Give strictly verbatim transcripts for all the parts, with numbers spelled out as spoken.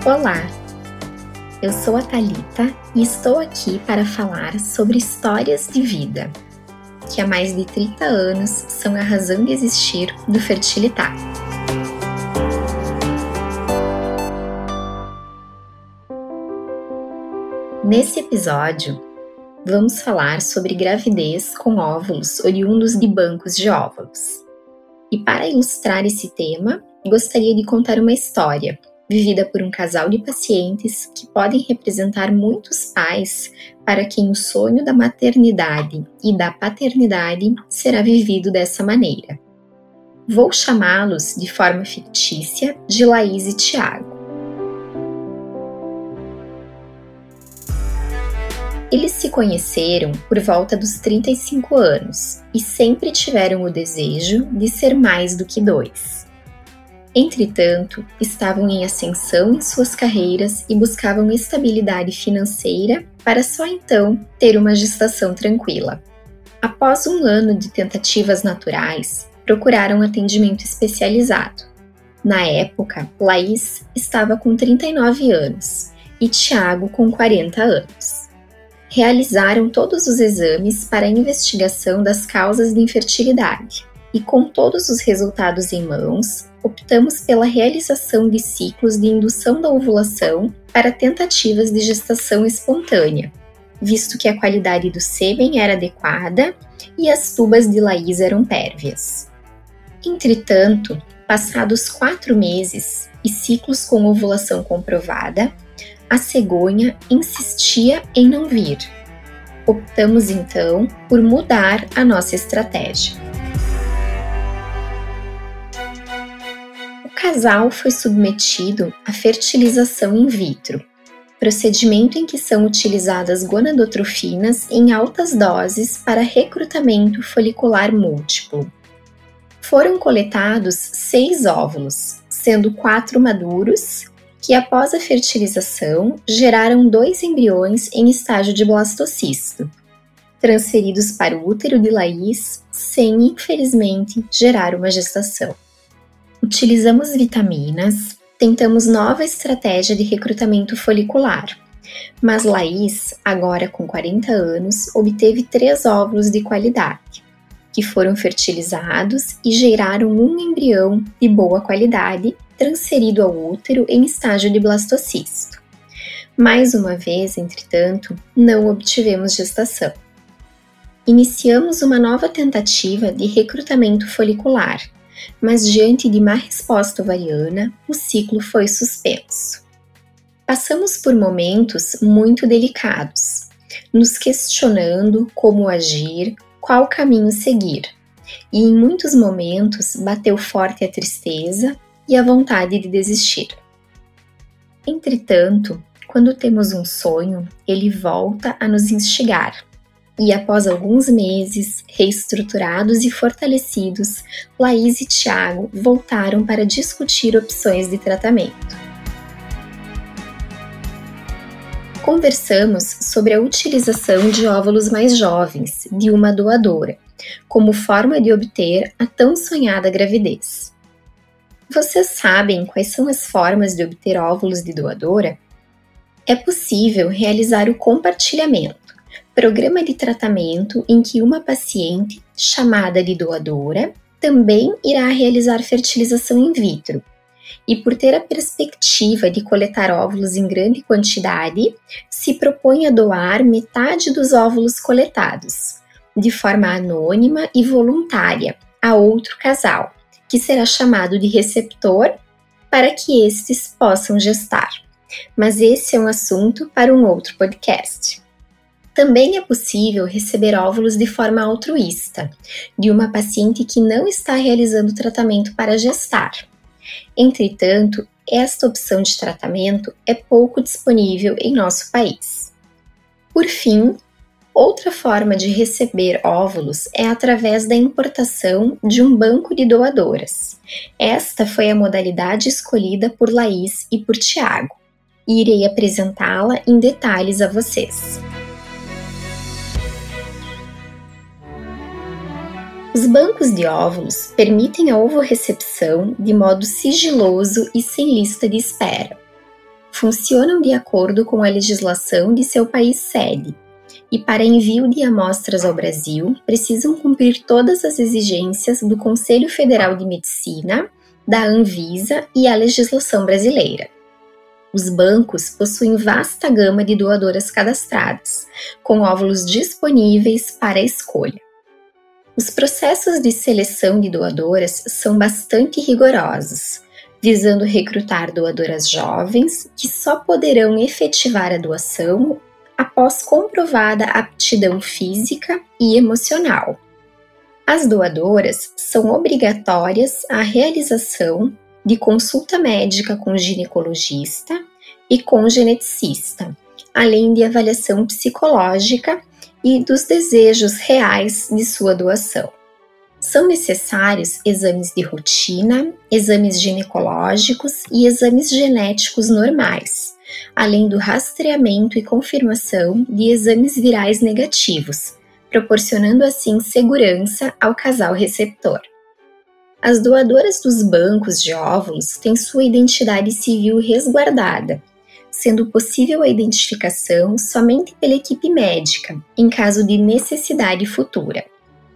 Olá, eu sou a Thalita e estou aqui para falar sobre histórias de vida, que há mais de trinta anos são a razão de existir do Fertilitar. Nesse episódio, vamos falar sobre gravidez com óvulos oriundos de bancos de óvulos. E para ilustrar esse tema, gostaria de contar uma história vivida por um casal de pacientes que podem representar muitos pais para quem o sonho da maternidade e da paternidade será vivido dessa maneira. Vou chamá-los de forma fictícia de Laís e Tiago. Eles se conheceram por volta dos trinta e cinco anos e sempre tiveram o desejo de ser mais do que dois. Entretanto, estavam em ascensão em suas carreiras e buscavam estabilidade financeira para só então ter uma gestação tranquila. Após um ano de tentativas naturais, procuraram atendimento especializado. Na época, Laís estava com trinta e nove anos e Tiago com quarenta anos. Realizaram todos os exames para a investigação das causas de infertilidade e, com todos os resultados em mãos, optamos pela realização de ciclos de indução da ovulação para tentativas de gestação espontânea, visto que a qualidade do sêmen era adequada e as tubas de Laís eram pérvias. Entretanto, passados quatro meses e ciclos com ovulação comprovada, a cegonha insistia em não vir. Optamos então por mudar a nossa estratégia. O casal foi submetido à fertilização in vitro, procedimento em que são utilizadas gonadotrofinas em altas doses para recrutamento folicular múltiplo. Foram coletados seis óvulos, sendo quatro maduros, que após a fertilização geraram dois embriões em estágio de blastocisto, transferidos para o útero de Laís sem, infelizmente, gerar uma gestação. Utilizamos vitaminas, tentamos nova estratégia de recrutamento folicular, mas Laís, agora com quarenta anos, obteve três óvulos de qualidade, que foram fertilizados e geraram um embrião de boa qualidade, transferido ao útero em estágio de blastocisto. Mais uma vez, entretanto, não obtivemos gestação. Iniciamos uma nova tentativa de recrutamento folicular, mas diante de má resposta ovariana, o ciclo foi suspenso. Passamos por momentos muito delicados, nos questionando como agir, qual caminho seguir, e em muitos momentos bateu forte a tristeza e a vontade de desistir. Entretanto, quando temos um sonho, ele volta a nos instigar. E após alguns meses, reestruturados e fortalecidos, Laís e Tiago voltaram para discutir opções de tratamento. Conversamos sobre a utilização de óvulos mais jovens, de uma doadora, como forma de obter a tão sonhada gravidez. Vocês sabem quais são as formas de obter óvulos de doadora? É possível realizar o compartilhamento, programa de tratamento em que uma paciente, chamada de doadora, também irá realizar fertilização in vitro. E por ter a perspectiva de coletar óvulos em grande quantidade, se propõe a doar metade dos óvulos coletados, de forma anônima e voluntária, a outro casal, que será chamado de receptor, para que estes possam gestar. Mas esse é um assunto para um outro podcast. Também é possível receber óvulos de forma altruísta, de uma paciente que não está realizando tratamento para gestar. Entretanto, esta opção de tratamento é pouco disponível em nosso país. Por fim, outra forma de receber óvulos é através da importação de um banco de doadoras. Esta foi a modalidade escolhida por Laís e por Tiago, e irei apresentá-la em detalhes a vocês. Os bancos de óvulos permitem a ovorecepção de modo sigiloso e sem lista de espera. funcionam de acordo com a legislação de seu país sede e, para envio de amostras ao Brasil, precisam cumprir todas as exigências do Conselho Federal de Medicina, da Anvisa e a legislação brasileira. Os bancos possuem vasta gama de doadoras cadastradas, com óvulos disponíveis para a escolha. Os processos de seleção de doadoras são bastante rigorosos, visando recrutar doadoras jovens que só poderão efetivar a doação após comprovada aptidão física e emocional. As doadoras são obrigatórias à realização de consulta médica com ginecologista e com geneticista, além de avaliação psicológica e dos desejos reais de sua doação. São necessários exames de rotina, exames ginecológicos e exames genéticos normais, além do rastreamento e confirmação de exames virais negativos, proporcionando assim segurança ao casal receptor. As doadoras dos bancos de óvulos têm sua identidade civil resguardada, sendo possível a identificação somente pela equipe médica, em caso de necessidade futura.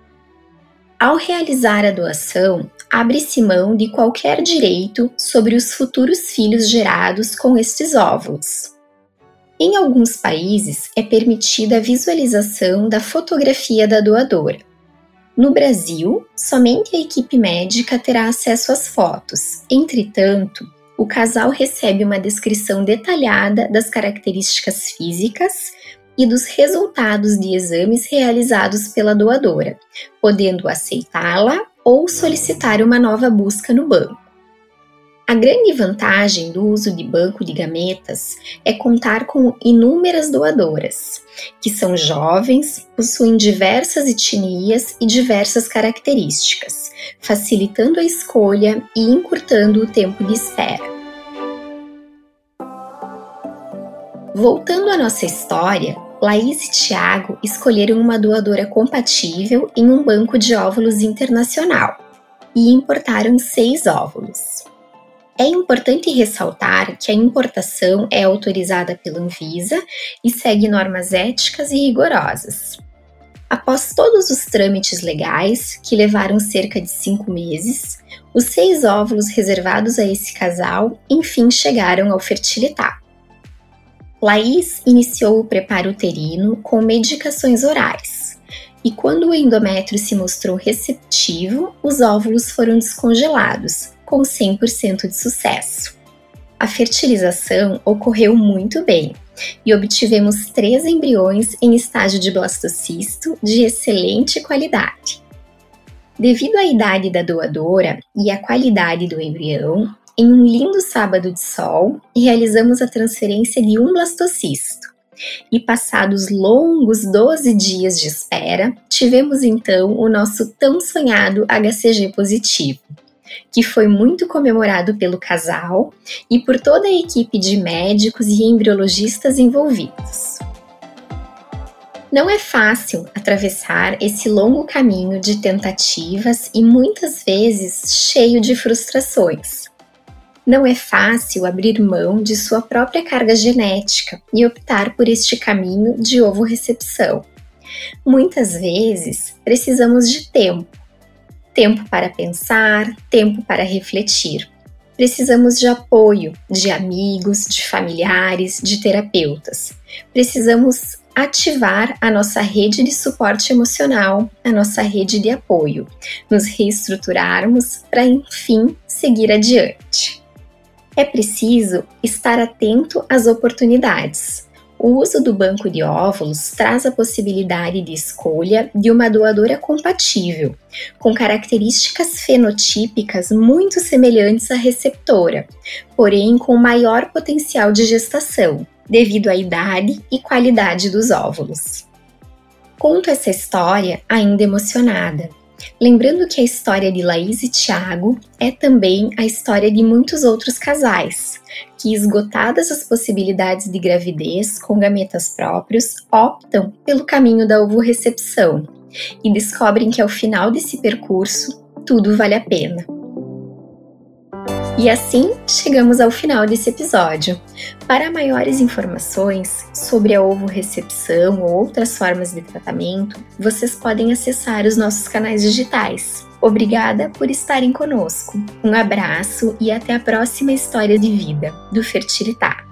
Ao realizar a doação, abre-se mão de qualquer direito sobre os futuros filhos gerados com estes óvulos. Em alguns países, é permitida a visualização da fotografia da doadora. No Brasil, somente a equipe médica terá acesso às fotos. Entretanto, o casal recebe uma descrição detalhada das características físicas e dos resultados de exames realizados pela doadora, podendo aceitá-la ou solicitar uma nova busca no banco. A grande vantagem do uso de banco de gametas é contar com inúmeras doadoras, que são jovens, possuem diversas etnias e diversas características, facilitando a escolha e encurtando o tempo de espera. Voltando à nossa história, Laís e Tiago escolheram uma doadora compatível em um banco de óvulos internacional e importaram seis óvulos. É importante ressaltar que a importação é autorizada pela Anvisa e segue normas éticas e rigorosas. Após todos os trâmites legais, que levaram cerca de cinco meses, os seis óvulos reservados a esse casal enfim chegaram ao fertilitar. Laís iniciou o preparo uterino com medicações orais, e quando o endométrio se mostrou receptivo, os óvulos foram descongelados, com cem por cento de sucesso. A fertilização ocorreu muito bem e obtivemos três embriões em estágio de blastocisto de excelente qualidade. Devido à idade da doadora e à qualidade do embrião, em um lindo sábado de sol, realizamos a transferência de um blastocisto. E passados longos doze dias de espera, tivemos então o nosso tão sonhado H C G positivo, que foi muito comemorado pelo casal e por toda a equipe de médicos e embriologistas envolvidos. Não é fácil atravessar esse longo caminho de tentativas e muitas vezes cheio de frustrações. Não é fácil abrir mão de sua própria carga genética e optar por este caminho de ovo-recepção. Muitas vezes precisamos de tempo. Tempo para pensar, tempo para refletir. Precisamos de apoio, de amigos, de familiares, de terapeutas. Precisamos ativar a nossa rede de suporte emocional, a nossa rede de apoio, nos reestruturarmos para, enfim, seguir adiante. É preciso estar atento às oportunidades. O uso do banco de óvulos traz a possibilidade de escolha de uma doadora compatível, com características fenotípicas muito semelhantes à receptora, porém com maior potencial de gestação, devido à idade e qualidade dos óvulos. Conto essa história ainda emocionada, lembrando que a história de Laís e Tiago é também a história de muitos outros casais, que, esgotadas as possibilidades de gravidez com gametas próprios, optam pelo caminho da ovorecepção e descobrem que ao final desse percurso, tudo vale a pena. E assim chegamos ao final desse episódio. Para maiores informações sobre a ovorecepção ou outras formas de tratamento, vocês podem acessar os nossos canais digitais. Obrigada por estarem conosco. Um abraço e até a próxima história de vida do Fertilitar.